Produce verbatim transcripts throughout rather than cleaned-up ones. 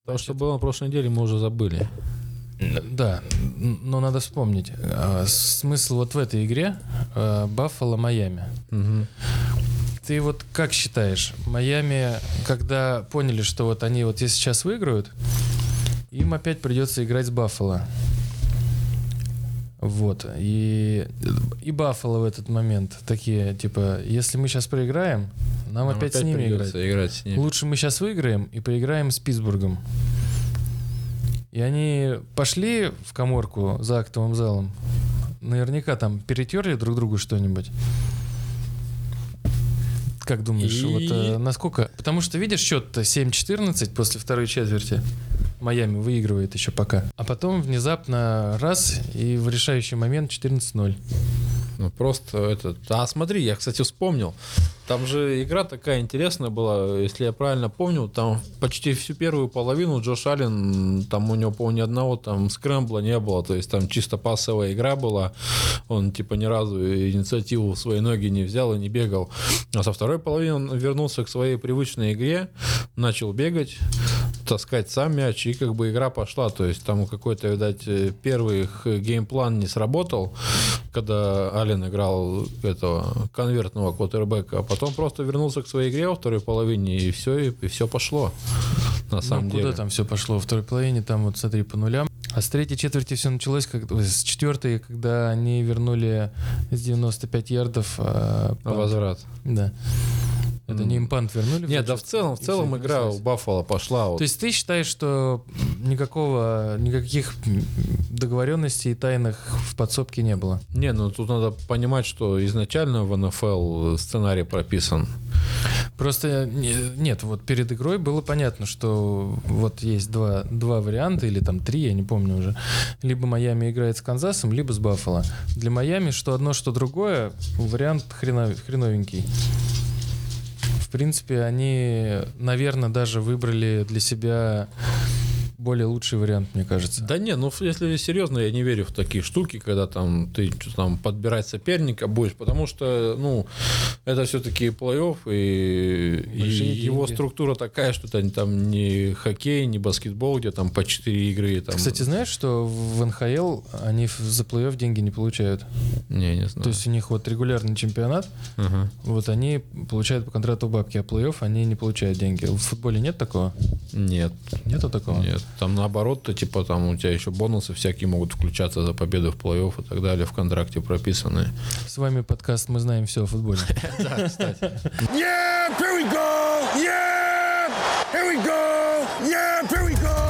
То, что было на прошлой неделе, мы уже забыли. Да, но надо вспомнить. Смысл вот в этой игре Баффало-Майами. Угу. Ты вот как считаешь, Майами, когда поняли, что вот они вот если сейчас выиграют, им опять придется играть с Баффало. Вот. И, и Баффало в этот момент такие, типа, если мы сейчас проиграем, нам, нам опять, опять с ними играть. играть с ними. Лучше мы сейчас выиграем и поиграем с Питтсбургом. И они пошли в каморку за актовым залом. Наверняка там перетерли друг другу что-нибудь. Как думаешь, и... вот э, насколько... Потому что, видишь, счет-то семь четырнадцать после второй четверти. Майами выигрывает еще пока. А потом внезапно раз, и в решающий момент четырнадцать ноль. Ну, просто это... А смотри, я, кстати, вспомнил. Там же игра такая интересная была, если я правильно помню, там почти всю первую половину Джош Аллен, там у него, по-моему, ни одного там скрэмбла не было, то есть там чисто пассовая игра была, он типа ни разу инициативу в свои ноги не взял и не бегал. А со второй половины он вернулся к своей привычной игре, начал бегать, таскать сам мяч, и как бы игра пошла, то есть там какой-то, видать, первый их геймплан не сработал, когда Аллен играл этого конвертного квотербека, а потом просто вернулся к своей игре во второй половине, и все, и, и все пошло. На самом ну, деле. Куда там все пошло? Во второй половине там вот смотри по нулям. А с третьей четверти все началось, как, с четвертой, когда они вернули с девяноста пяти ярдов а, на возврат. Да. Это не им пант вернули? Нет, да в целом, в целом игра у Баффало пошла. Вот. То есть ты считаешь, что никакого, никаких договоренностей тайных в подсобке не было? Не, ну тут надо понимать, что изначально в эн эф эл сценарий прописан. Просто нет, вот перед игрой было понятно, что вот есть два, два варианта, или там три, я не помню уже. Либо Майами играет с Канзасом, либо с Баффало. Для Майами что одно, что другое, вариант хренов, хреновенький. В принципе, они, наверное, даже выбрали для себя более лучший вариант, мне кажется. Да не, ну если серьезно, я не верю в такие штуки, когда там ты там подбирать соперника будешь, потому что, ну, это все-таки плей-офф, и, и его структура такая, что это там не хоккей, не баскетбол, где там по четыре игры. Там... Кстати, знаешь, что в эн ха эл они за плей-офф деньги не получают? Не, не знаю. То есть у них вот регулярный чемпионат, uh-huh. вот они получают по контракту бабки, а плей-офф они не получают деньги. В футболе нет такого? Нет. Нету такого? Нет. Там наоборот, то типа там у тебя еще бонусы всякие могут включаться за победу в плей-офф и так далее, в контракте прописаны. С вами подкаст «Мы знаем все о футболе». Да, кстати. Yeah, here we go! Yeah! Here we go! Yeah, here we go!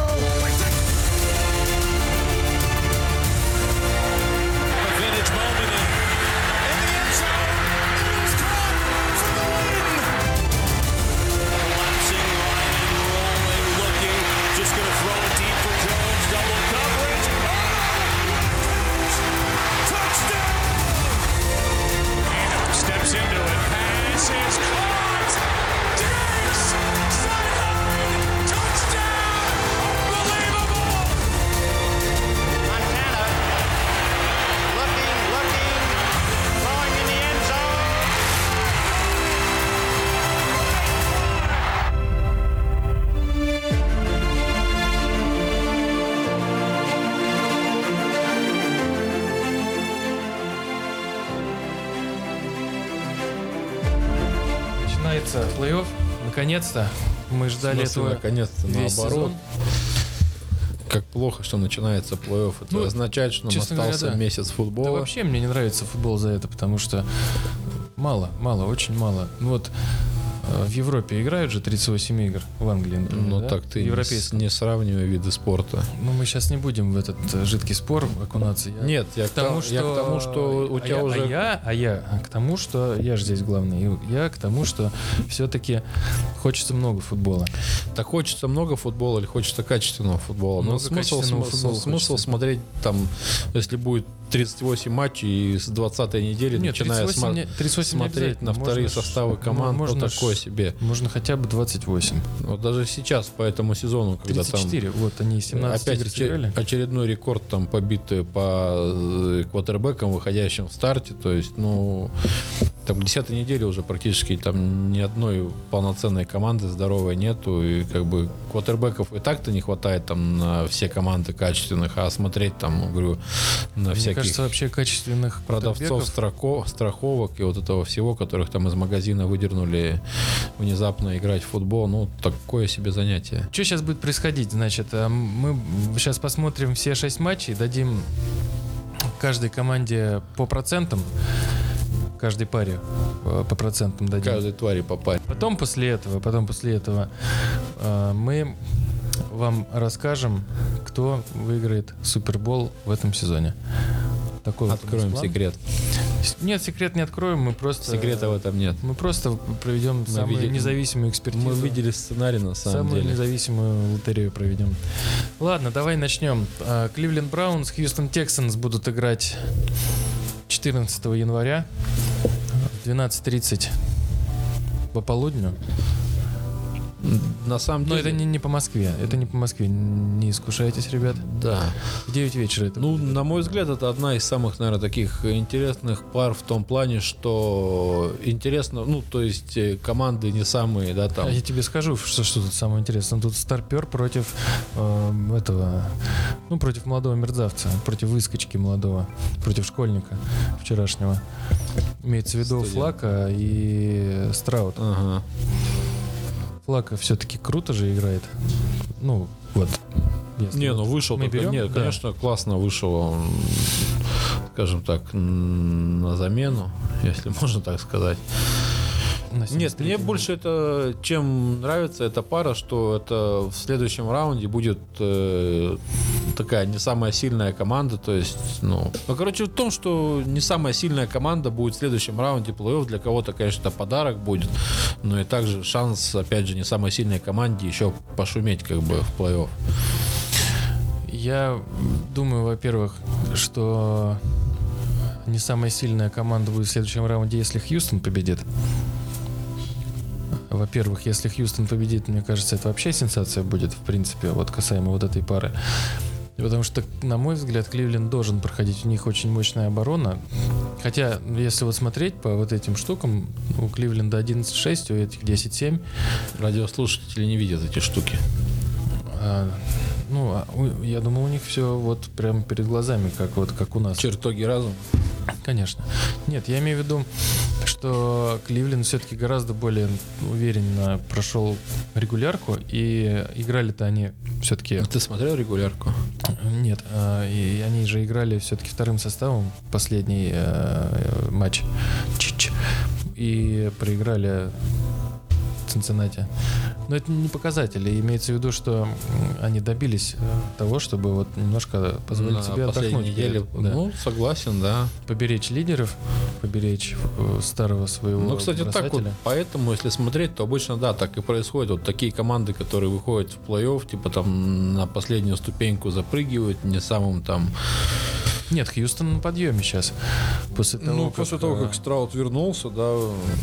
Плей-офф, наконец-то. Мы ждали этого наконец-то, весь наоборот. сезон. Как плохо, что начинается плей-офф. Это ну, означает, что нам остался говоря, да. месяц футбола. Да вообще мне не нравится футбол за это, потому что мало, мало, очень мало. Вот в Европе играют же тридцать восемь игр, в Англии, например, ну да? так ты не, не сравнивай виды спорта. Ну мы сейчас не будем в этот жидкий спор окунаться. Я Нет, я к тому, что... я к тому, что у а тебя я, уже... А я, а я к тому, что... Я же здесь главный. Я к тому, что все-таки хочется много футбола. Так хочется много футбола или хочется качественного футбола? Много Но смысл, качественного смысл, футбола смысл хочется. Смотреть там, если будет тридцать восемь матчей и с двадцатой недели, Нет, начиная тридцать восемь, сма- тридцать восемь смотреть на вторые можно составы команд, можно ну такое себе. Можно хотя бы двадцать восемь. Вот даже сейчас по этому сезону, когда тридцать четыре, там вот они семнадцать опять игр сыграли. Очередной рекорд там побит по квотербекам, выходящим в старте, то есть, ну Там к десятой неделе уже практически там ни одной полноценной команды здоровой нету. И как бы квотербеков и так-то не хватает там на все команды качественных, а смотреть там, говорю, на Мне всяких кажется, вообще качественных продавцов страхов, страховок и вот этого всего, которых там из магазина выдернули внезапно играть в футбол, ну, такое себе занятие. Что сейчас будет происходить? Значит, а, мы сейчас посмотрим все шесть матчей, дадим каждой команде по процентам, каждой паре э, по процентам дадим. Каждой твари по паре. Потом после этого, потом после этого э, мы вам расскажем, кто выиграет Супербол в этом сезоне. Такой вот Откроем у нас план. секрет. Нет, секрет не откроем, мы просто... Секрета в этом нет. Мы просто проведем Мы самую видели- независимую экспертизу. Мы видели сценарий на самом Самую деле. независимую лотерею проведем. Ладно, давай начнем. А, Кливленд Браунс, Хьюстон Тексанс будут играть четырнадцатого января в двенадцать тридцать по полудню. На самом Но деле... это не, не по Москве. Это не по Москве. Не искушайтесь, ребят. Да. В девять вечера это. Ну, на мой взгляд, это одна из самых, наверное, таких интересных пар в том плане, что интересно, ну, то есть э, команды не самые, да, там... А я тебе скажу, что, что тут самое интересное. Тут старпер против э, этого, ну, против молодого мерзавца, против выскочки молодого, против школьника вчерашнего. Имеется в виду Студент. Флака и Страут. Ага. Флака все-таки круто же играет. Ну, вот. если Не, вот ну вышел мы только... берем, Нет, да. конечно, классно вышел он, скажем так, м, на замену, если можно так сказать. На Нет, семьдесят мне третьем. больше это, чем нравится эта пара, что это в следующем раунде будет э, такая не самая сильная команда, то есть, ну, ну, короче, в том, что не самая сильная команда будет в следующем раунде плей-офф, для кого-то, конечно, подарок будет, но и также шанс, опять же, не самой сильной команде еще пошуметь, как бы, в плей-офф. Я думаю, во-первых, что не самая сильная команда будет в следующем раунде, если Хьюстон победит. Во-первых, если Хьюстон победит, мне кажется, это вообще сенсация будет, в принципе, вот касаемо вот этой пары. Потому что, на мой взгляд, Кливленд должен проходить. У них очень мощная оборона. Хотя, если вот смотреть по вот этим штукам, у Кливленда одиннадцать шесть, у этих десять семь. Радиослушатели не видят эти штуки. А, ну, а у- я думаю, у них все вот прямо перед глазами, как вот как у нас. Чертоги разума. Конечно. Нет, я имею в виду, что Кливленд все-таки гораздо более уверенно прошел регулярку, и играли-то они все-таки... Ты смотрел регулярку? Нет, а, и они же играли все-таки вторым составом последний э, матч. Чич. И проиграли Цинциннати. Но это не показатели. Имеется в виду, что м, они добились э, того, чтобы вот немножко позволить На себе последней отдохнуть. неделе. перед- да. Ну, согласен, да. Поберечь лидеров, поберечь э, старого своего Ну, кстати, так вот, бросателя. поэтому, если смотреть, то обычно, да, так и происходит. Вот такие команды, которые выходят в плей-офф, типа там на последнюю ступеньку запрыгивают, не самым там... Нет, Хьюстон на подъеме сейчас. После того, Ну, как, после того, э, как Страут вернулся, да,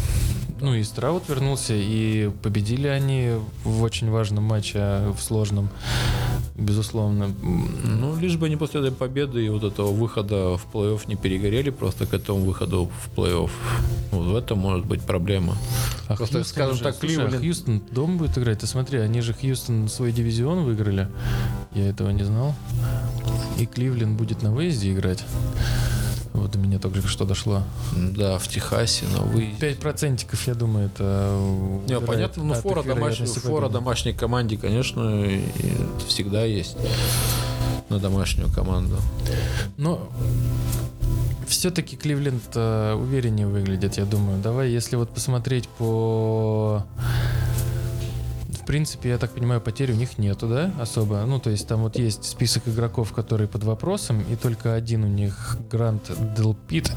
Ну и Страут вернулся, и победили они в очень важном матче, в сложном, безусловно. ну, лишь бы они после этой победы и вот этого выхода в плей-офф не перегорели просто к этому выходу в плей-офф. Вот в этом может быть проблема. А Просто, Хьюстон скажем же- так, слушай, а Кливленд- Хьюстон дома будет играть. Ты смотри, они же Хьюстон свой дивизион выиграли. Я этого не знал. И Кливленд будет на выезде играть. Вот до меня только что дошло. Да, в Техасе, на выезде. Пять процентиков, я думаю, это... Не, убирает понятно, но от фора, их домашней, вероятности фора победы. домашней команде, конечно, и это всегда есть на домашнюю команду. Но все-таки Кливленд э, увереннее выглядит, я думаю. Давай, если вот посмотреть по... В принципе, я так понимаю, потерь у них нету, да, особо? Ну, то есть там вот есть список игроков, которые под вопросом, и только один у них Грант Делпит.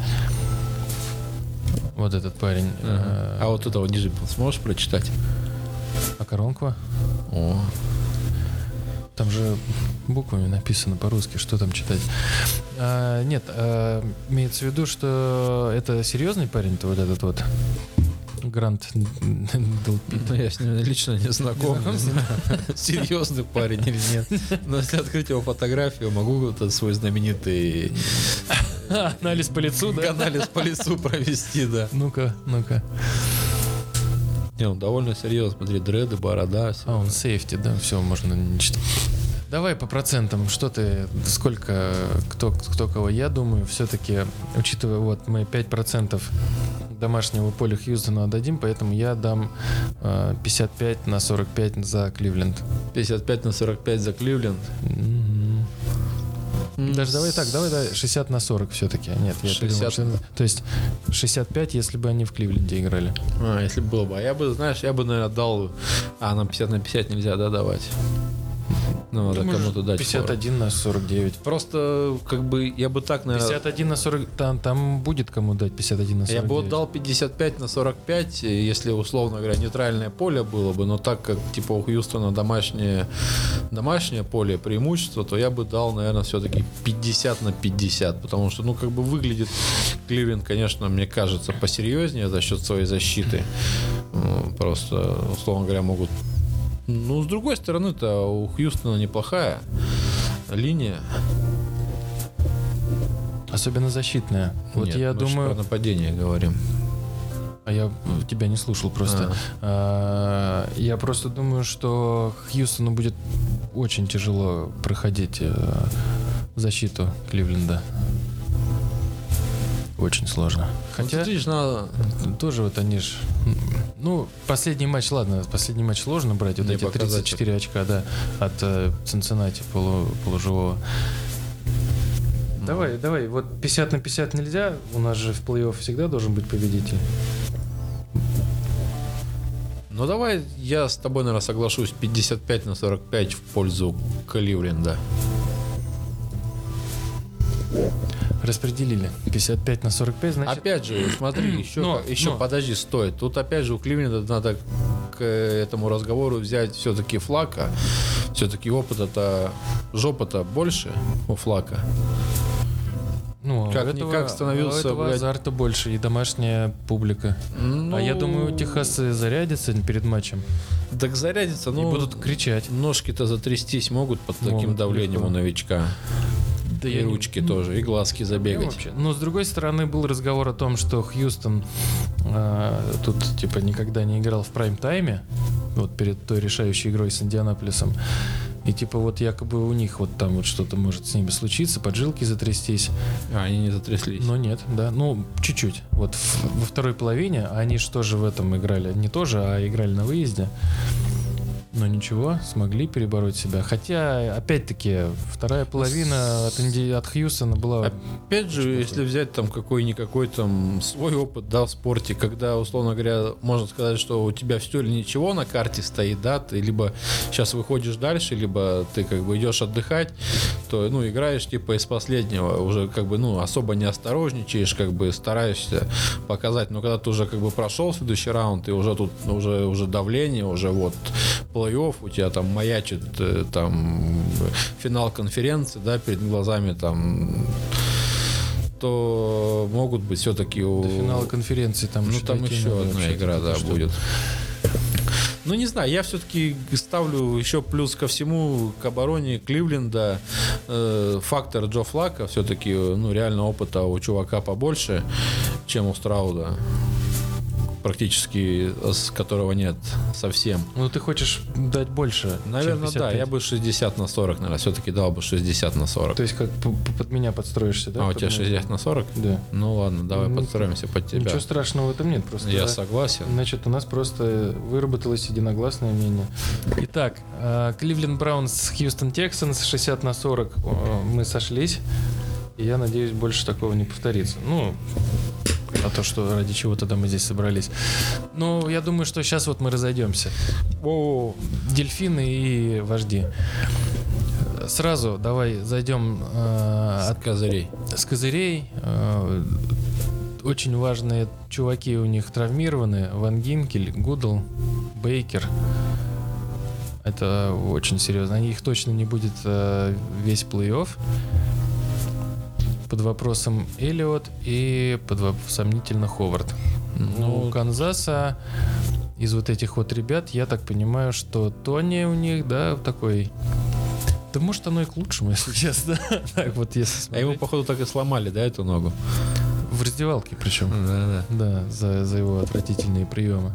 Вот этот парень. Э, А вот этого ниже сможешь прочитать? А Коронкова? О, Там же буквами написано по-русски, что там читать. А, нет, а, имеется в виду, что это серьезный парень-то вот этот вот Грант Делпит. ну, я с ним лично не знаком. Не знаком с Не знаю, серьезный парень или нет. Но если открыть его фотографию, могу этот свой знаменитый Анализ по лицу, да? Анализ по лицу провести, да. Ну-ка, ну-ка. Не, он довольно серьезно, смотри, дреды, борода. Все. А, он сейфти, да, все, можно не читать. Давай по процентам, что ты, сколько, кто, кто кого, я думаю, все-таки, учитывая, вот, мы пять процентов домашнего поля Хьюстону отдадим, поэтому я дам э, пятьдесят пять на сорок пять за Кливленд. пятьдесят пять на сорок пять за Кливленд. Mm-hmm. Даже давай так, давай, давай шестьдесят на сорок все-таки. Нет, я шестьдесят. передумал, что- то есть шестьдесят пять, если бы они в Кливленде играли. А, если бы было бы. А я бы, знаешь, я бы, наверное, дал... А, нам пятьдесят на пятьдесят нельзя, да, давать? Ну, надо Думаешь, кому-то дать. пятьдесят фору. один на сорок девять. Просто, как бы, я бы так, наверное... пятьдесят один на сорок, там, там будет кому дать пятьдесят один на сорок Я девять. бы отдал пятьдесят пять на сорок пять, если, условно говоря, нейтральное поле было бы, но так как, типа, у Хьюстона домашнее, домашнее поле преимущество, то я бы дал, наверное, все-таки пятьдесят на пятьдесят, потому что, ну, как бы выглядит Кливленд, конечно, мне кажется, посерьезнее за счет своей защиты. Ну, просто, условно говоря, могут... Ну, с другой стороны-то у Хьюстона неплохая линия. Особенно защитная. Вот Нет, я мы же думаю... про нападение говорим. А я тебя не слушал просто. А, я просто думаю, что Хьюстону будет очень тяжело проходить э, защиту Кливленда. Очень сложно. Хотя Вот, видишь, надо... тоже вот они ж... Ну, последний матч, ладно, последний матч сложно брать. Вот Не эти показатель. тридцать четыре очка, да, от э, Цинциннати полу, полуживого. Давай, давай, вот пятьдесят на пятьдесят нельзя. У нас же в плей-офф всегда должен быть победитель. Ну, давай я с тобой, наверное, соглашусь. пятьдесят пять на сорок пять в пользу Кливленда. Распределили. пятьдесят пять на сорок пять, значит... Опять же, смотри, еще, Но, еще но. подожди, стой. Тут опять же у Кливленда надо к этому разговору взять все-таки Флака. Все-таки опыта-то, жопа-то больше у Флака. Ну, а Как у этого, никак становился, у этого блядь. азарта больше и домашняя публика. Ну, А я думаю, техасцы зарядятся перед матчем Так зарядится, и ну... будут кричать. Ножки-то затрястись могут под таким Могут, давлением легко. у новичка. Да И я не- ручки тоже, и глазки Я забегать. вообще- Но с другой стороны был разговор о том, что Хьюстон э, тут типа никогда не играл в прайм-тайме, вот перед той решающей игрой с Индианаполисом. И типа вот якобы у них вот там вот что-то может с ними случиться, поджилки затрястись. А, они не затряслись. Но нет, да, ну чуть-чуть. Вот в- во второй половине они же тоже в этом играли, не тоже, а играли на выезде. Но ничего, смогли перебороть себя. Хотя, опять-таки, вторая половина от, Инди... от Хьюстона была... Опять же, если взять там какой-никакой там свой опыт, да, в спорте, когда, условно говоря, можно сказать, что у тебя все или ничего на карте стоит, да, ты либо сейчас выходишь дальше, либо ты как бы идешь отдыхать, то, ну, играешь типа из последнего, уже как бы, ну, особо не осторожничаешь, как бы стараешься показать, но когда ты уже как бы прошел следующий раунд, и уже тут уже, уже давление, уже вот плей-офф, у тебя там маячит э, там финал конференции, да, перед глазами там, то могут быть все-таки у... До финала конференции там Ну, еще там дойти еще надо одна вообще, игра, да, что- будет. Ну, не знаю, я все-таки ставлю еще плюс ко всему к обороне Кливленда э, фактор Джо Флака. Все-таки, ну, реально опыта у чувака побольше, чем у Страуда. Практически с которого нет совсем. Ну, ты хочешь дать больше, Наверное, чем да, пятьдесят пять. я бы шестьдесят на сорок, наверное, все-таки дал бы шестьдесят на сорок. То есть как п- п- под меня подстроишься, да? А у под тебя меня? шестьдесят на сорок? Да. Ну ладно, давай Ну, подстроимся под тебя. Ничего страшного в этом нет, просто... Я да. согласен. Значит, у нас просто выработалось единогласное мнение. Итак, Кливленд Браунс, Хьюстон Тексанс, шестьдесят на сорок э, мы сошлись. И я надеюсь, больше такого не повторится. Ну, а то, что ради чего тогда мы здесь собрались. Ну, я думаю, что сейчас вот мы разойдемся. О, дельфины и вожди. Сразу давай зайдем э, От козырей. с козырей. Э, очень важные чуваки у них травмированы. Ван Гинкель, Гудл, Бейкер. Это очень серьезно. Они их точно не будет э, весь плей-офф. Под вопросом Эллиот и под воп- сомнительно Ховард. Ну, у Канзаса из вот этих вот ребят, я так понимаю, что Тони у них, да, такой Да может оно и к лучшему, если честно. Так вот, если А ему, смотреть. походу, так и сломали, да, эту ногу? В раздевалке причем. Да, да. Да, за, за его отвратительные приемы.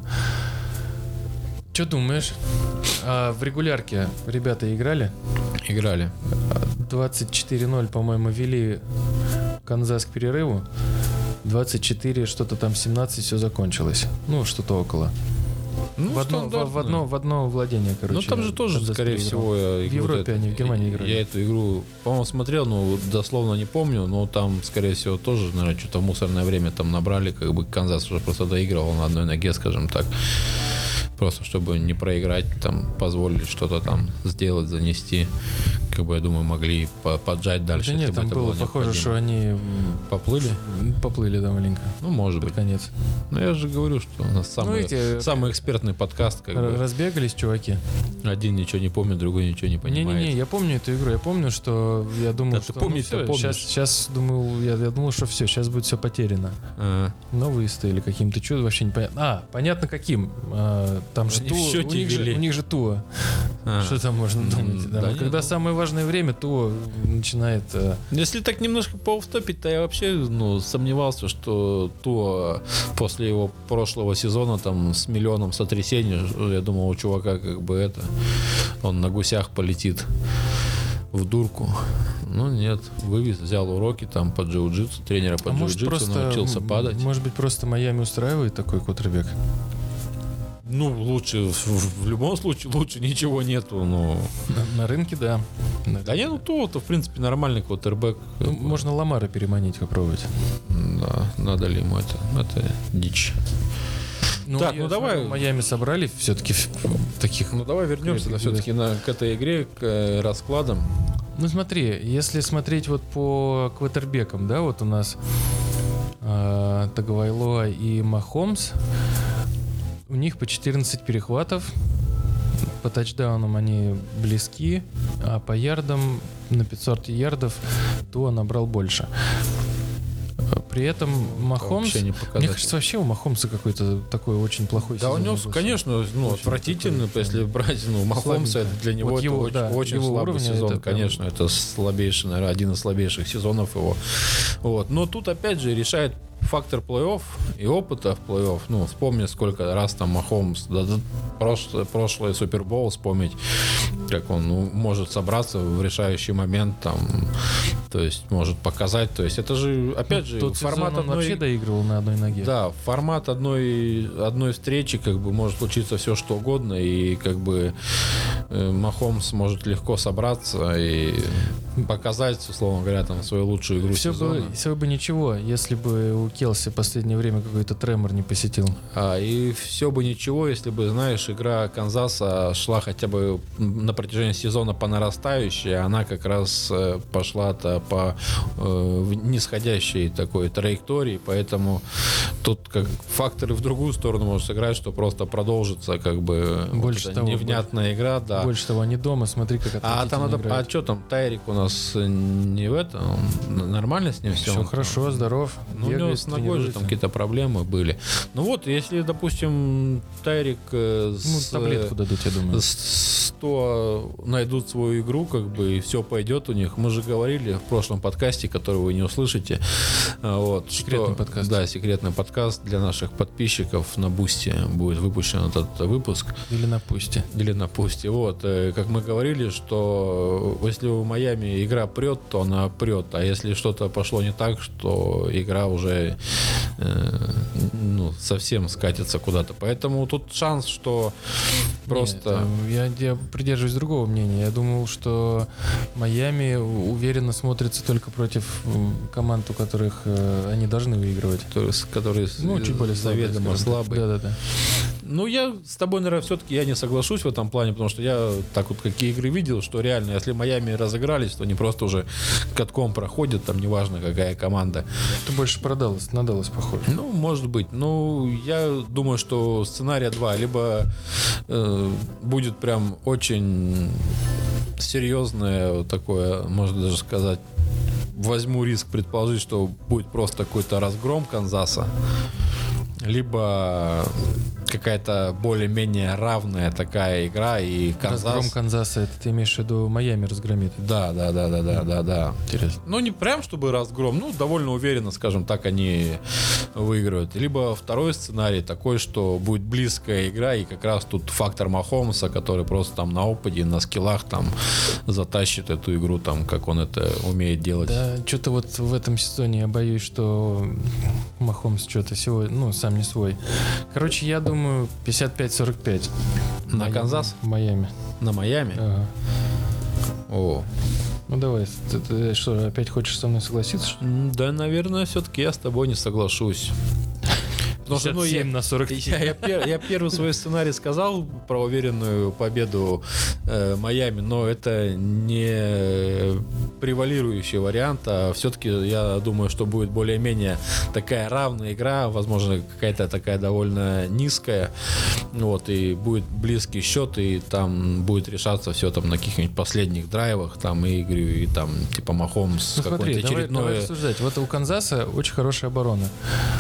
Что думаешь? А в регулярке ребята играли? Играли. двадцать четыре ноль, по-моему, вели Канзас к перерыву. двадцать четыре, что-то там семнадцать, все закончилось. Ну, что-то около. Ну, в, одно, в, в стандартно. одно, в одно владение, короче. Ну, там же тоже, Канзас скорее переиграл. всего... я В игру Европе эту- они, в Германии играли. Я эту игру, по-моему, смотрел, но дословно не помню, но там, скорее всего, тоже, наверное, что-то в мусорное время там набрали, как бы Канзас уже просто доигрывал на одной ноге, скажем так. Просто чтобы не проиграть, там, позволили что-то там сделать, занести. Как бы, я думаю, могли по- поджать дальше. Да нет, если бы там это было похоже, необходимо. что они Поплыли? поплыли да, маленько. Ну, может Под быть. конец. Но я же говорю, что у нас самый, эти- самый экспертный подкаст, как Р- бы. Разбегались чуваки. Один ничего не помнит, другой ничего не понимает. Не-не-не, я помню эту игру. Я помню, что я думал, Да ты что помнить-то помнишь. сейчас, сейчас думал, я, я думал, что все, сейчас будет все потеряно. А, Но выставили каким-то чудом, вообще непонятно. А, понятно каким. А, там же Они Туа, в счете у, них же, вели. у них же Туа. а. Что там можно М, думать? Да, да вот не, когда ну. самое важное время, Туа начинает... а, Если так немножко поуфтопить, то я вообще ну, сомневался, что то после его прошлого сезона там с миллионом сотрясений, я думал, у чувака как бы это, он на гусях полетит в дурку. Ну нет, вывез, взял уроки там по джиу-джитсу, тренера по а может джиу-джитсу, просто... научился м, падать. Может быть, просто Майами устраивает такой квотербек? Ну, лучше, в, в любом случае, лучше ничего нету, ну. На, на рынке, да. На Да рынке. не, ну то, в принципе, нормальный квотербек. Ну, можно Ламара переманить, попробовать. Да, надо ли ему это? Это дичь. Ну, Так, я ну давай. смотрю, Майами собрали все-таки таких... Ну давай вернемся Крепкий, все-таки на, к этой игре, к э, раскладам. Ну смотри, если смотреть вот по квотербекам, да, вот у нас э, Таговайлоа и Махомс, у них по четырнадцать перехватов, по тачдаунам они близки, а по ярдам на пятьсот ярдов Туа набрал больше. При этом Махомс, вообще не мне показатель. кажется, вообще у Махомса какой-то такой очень плохой Да, у сезон него, был. конечно, ну, Очень отвратительно, такой, если брать, ну, Махомса, это для него Вот это его, очень, да, очень его слабый уровня сезон, это прям- конечно, это слабейший, наверное, один из слабейших сезонов его. Вот. Но тут, опять же, решает фактор плей-офф и опыта в плей-офф. Ну, вспомни, сколько раз там Махомс, да, да, прошлый, прошлый Супербоул вспомнить, как он ну, может собраться в решающий момент, там, то есть может показать. То есть это же, опять же, Тот формат сезон он одной... вообще доигрывал на одной ноге. Да, формат одной, одной встречи, как бы может случиться все что угодно, и как бы э, Махомс может легко собраться и показать, условно говоря, там свою лучшую игру Все сезона. бы, все бы ничего, если бы у Келси в последнее время какой-то тремор не посетил. А, и все бы ничего, если бы, знаешь, игра Канзаса шла хотя бы на протяжении сезона по нарастающей, а она как раз э, пошла-то по э, в нисходящей такой траектории, поэтому тут как факторы в другую сторону может сыграть, что просто продолжится как бы вот Больше эта того, невнятная игра, да. Больше того, они дома, смотри, как А отвратительно там надо, а играют. что там, Тайрик у нас не в этом, он нормально с ним все? Все хорошо, здоров. Ну, у него бегает, с ногой же тренируется. там какие-то проблемы были. Ну вот, если, допустим, Тайрик э, Ну, с, таблетку дадут, я думаю. с сто найдут свою игру, как бы, и все пойдет у них. Мы же говорили в прошлом подкасте, который вы не услышите. а, Вот, Секретный что- подкаст. Да, секретный подкаст для наших подписчиков на Бусти будет выпущен этот выпуск. Или на пусте. Или на пусте. Вот, э, как мы говорили, что если у Майами игра прет, то она прет. А если что-то пошло не так, что игра уже э, ну, совсем скатится куда-то. Поэтому тут шанс, что просто... Нет, я, я придерживаюсь другого мнения. Я думал, что Майами уверенно смотрится только против м, команд, у которых э, они должны выигрывать. Которые, которые Ну, чуть более слабые, заведомо скажем так. слабые. Да-да-да. Ну, я с тобой, наверное, все-таки я не соглашусь в этом плане, потому что я так вот какие игры видел, что реально, если Майами разыгрались, то они просто уже катком проходят, там неважно какая команда. Ты больше продалось, на Даллас похоже. Ну, может быть. Ну, я думаю, что сценария два. Либо э, будет прям очень серьезное такое, можно даже сказать, возьму риск предположить, что будет просто какой-то разгром Канзаса. Либо какая-то более-менее равная такая игра, и Канзас... Разгром Канзаса, это ты имеешь в виду Майами разгромит? Да, да, да, да, да, да, да. Интересно. Ну, не прям, чтобы разгром, ну, довольно уверенно, скажем так, они выиграют. Либо второй сценарий такой, что будет близкая игра, и как раз тут фактор Махомса, который просто там на опыте, на скиллах там затащит эту игру, там, как он это умеет делать. Да, что-то вот в этом сезоне я боюсь, что Махомс что-то сегодня, ну, сам не свой. Короче, я думаю, пятьдесят пять сорок пять. На Майами. Канзас? Майами. На Майами? Ага. О. Ну давай, ты, ты что, опять хочешь со мной согласиться? Что? М, Да, наверное, все-таки я с тобой не соглашусь. Потому что, ну, я, пятьдесят семь на сорок я, семь. я, пер- я первый свой сценарий сказал про уверенную победу э, Майами, но это не превалирующий вариант, а все-таки я думаю, что будет более-менее такая равная игра, возможно, какая-то такая довольно низкая, вот, и будет близкий счет, и там будет решаться все там на каких-нибудь последних драйвах, там, и игры, и там, типа, Махомс, Ну смотри, какое-то давай, очередное... давай рассуждать. Вот у Канзаса очень хорошая оборона.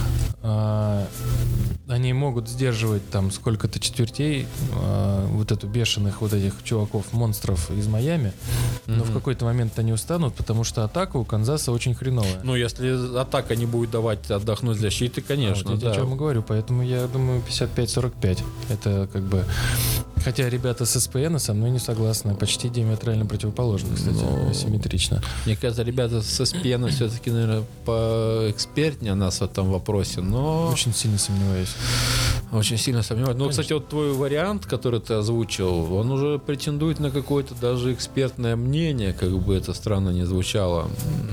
А, они могут сдерживать там сколько-то четвертей а, вот эту бешеных вот этих чуваков, монстров из Майами, но в какой-то момент они устанут, потому что атака у Канзаса очень хреновая. Ну, если атака не будет давать отдохнуть защите, конечно, А, вот я да. о чем и говорю, поэтому я думаю пятьдесят пять сорок пять. Это как бы... Хотя ребята с СПН со мной не согласны, почти диаметрально противоположно, кстати, Но- асимметрично. Мне кажется, ребята с эспен все-таки, наверное, поэкспертнее нас в этом вопросе, но Очень сильно сомневаюсь. очень сильно сомневаюсь. Ну, Конечно. кстати, вот твой вариант, который ты озвучил, он уже претендует на какое-то даже экспертное мнение, как бы это странно не звучало.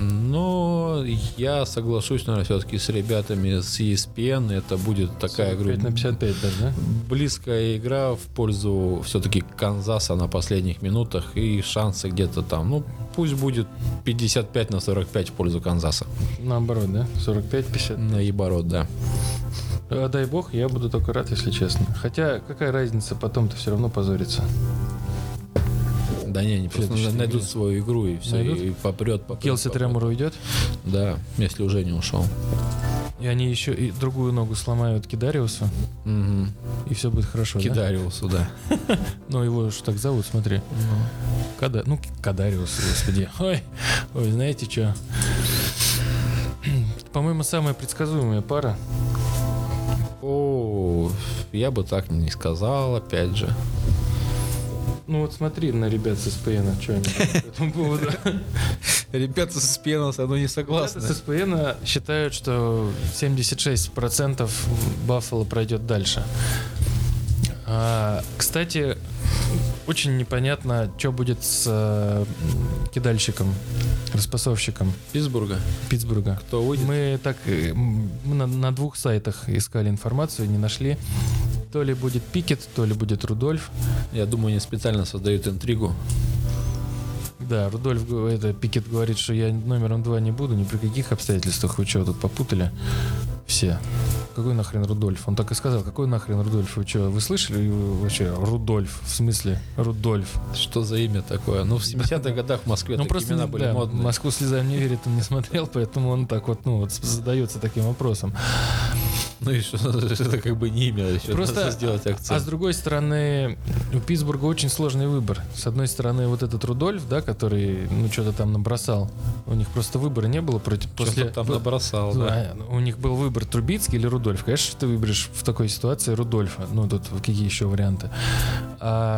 Но я соглашусь, наверное, все-таки с ребятами с и эс пи эн. Это будет такая, сорок пять говорю, на пятьдесят пять даже, да? близкая игра в пользу все-таки Канзаса на последних минутах, и шансы где-то там, ну, пусть будет пятьдесят пять на сорок пять в пользу Канзаса. Наоборот, да? сорок пять пятьдесят. Наоборот, да. А дай бог, я буду только рад, если честно. Хотя, какая разница, потом-то все равно позорится. Да не, они просто Следующей найдут игре. свою игру, и все, Найдут? и попрет, попрет. Келси попрет. Тремор уйдет, Да, если уже не ушел. и они еще и другую ногу сломают Кидариусу, Угу. и все будет хорошо, да? Кидариусу, да. Ну, его же так зовут, смотри. Када... Ну, Кадариус, господи. Ой, ой, знаете что? По-моему, самая предсказуемая пара. О, я бы так не сказал, опять же. Ну вот смотри на ребят с СПН, что они думают по этому поводу. Ребята с пеной со мной не Ребята с СПН считают, что семьдесят шесть процентов Баффало пройдет дальше. А, кстати, очень непонятно, что будет с э, кидальщиком, распасовщиком Питтсбурга. Питтсбурга. Кто выйдет? Мы так э, м, мы на, на двух сайтах искали информацию, не нашли. То ли будет Пикет, то ли будет Рудольф. Я думаю, они специально создают интригу. Да, Рудольф, г- это Пикет говорит, что я номером два не буду, ни при каких обстоятельствах. Вы что, тут попутали? Все. Какой нахрен Рудольф? Он так и сказал, какой нахрен Рудольф? Вы что, вы слышали вообще? Рудольф, в смысле Рудольф. Что за имя такое? Ну, в семидесятых годах в Москве Ну такие просто имена не- были да, модные. Москву слезам не верит, он не смотрел, поэтому он так вот, ну, вот задается таким вопросом. Ну и что, это как бы не имя, еще Просто, надо сделать а акцент. с другой стороны, у Питтсбурга очень сложный выбор. С одной стороны, вот этот Рудольф, да, который, ну, что-то там набросал. У них просто выбора не было против Что-то после. там набросал, да. Да, у них был выбор Трубицкий или Рудольф. Конечно, ты выберешь в такой ситуации Рудольфа. Ну, тут какие еще варианты. А,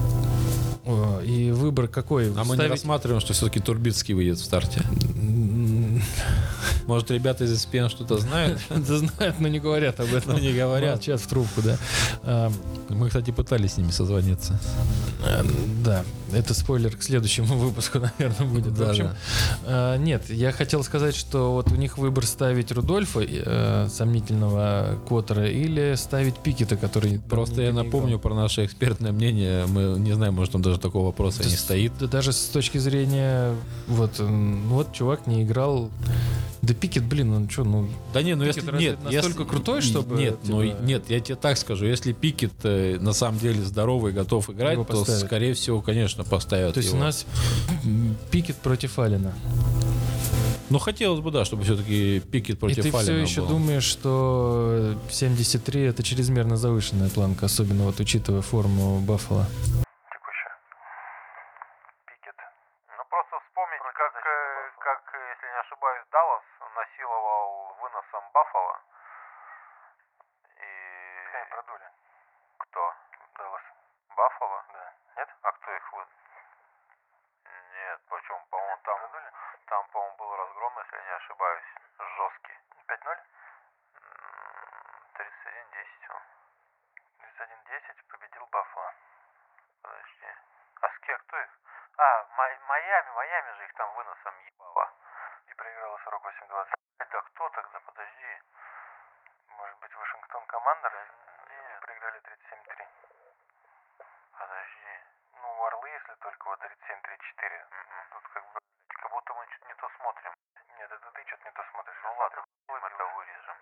о, и выбор какой? А мы не Ставить- рассматриваем, что все-таки Турбицкий выйдет в старте. М, Может, ребята из СПН что-то знают? Да знают, но не говорят об этом. Но не говорят. Молчат в трубку, да. А, Мы, кстати, пытались с ними созвониться. Э, Да, это спойлер к следующему выпуску, наверное, будет. Да, в общем, да. э, нет, я хотел сказать, что вот у них выбор ставить Рудольфа, э, сомнительного Коттера, или ставить Пикета, который... Просто я давненько не напомню играл. про наше экспертное мнение. Мы не знаем, может, там даже такого вопроса То не есть, стоит. да даже с точки зрения, вот, м, вот чувак не играл... Да Пикет, блин, он что, ну... Да не, ну Пикет если разве нет, настолько если- крутой, чтобы, нет, ну типа- нет, я тебе так скажу, если Пикет э, на самом деле здоровый, готов играть, Его то поставят. скорее всего, конечно, поставят То есть его. у нас м, Пикет против Аллена. Ну, хотелось бы, да, чтобы все-таки Пикет против И ты Аллена все еще был. думаешь, что семьдесят три это чрезмерно завышенная планка, особенно вот учитывая форму Баффало. Текущая. Пикет. Ну просто вспомнить, как, э, как, э, если не ошибаюсь, Даллас насиловал выносом Баффало. И... Они продули. Кто? Даллас. Баффало? Да. Нет? А кто их вы? Нет, почему? По-моему, там, там, по-моему, был разгром, если я не ошибаюсь. Жесткий. пять ноль? тридцать один десять он. тридцать один десять победил Баффало. Подожди. А с кем? Кто их? А, Май- Майами, Майами же их там выносом ебало. И проиграла сорок восемь двадцать. Да кто тогда? Подожди. Может быть, Вашингтон Командер? Нет. Проиграли тридцать семь три. Подожди. Ну, Орлы, если только вот тридцать семь тридцать четыре. Тут как бы... Как будто мы что-то не то смотрим. Нет, это ты что-то не то смотришь. Ну ладно, мы это вырежем.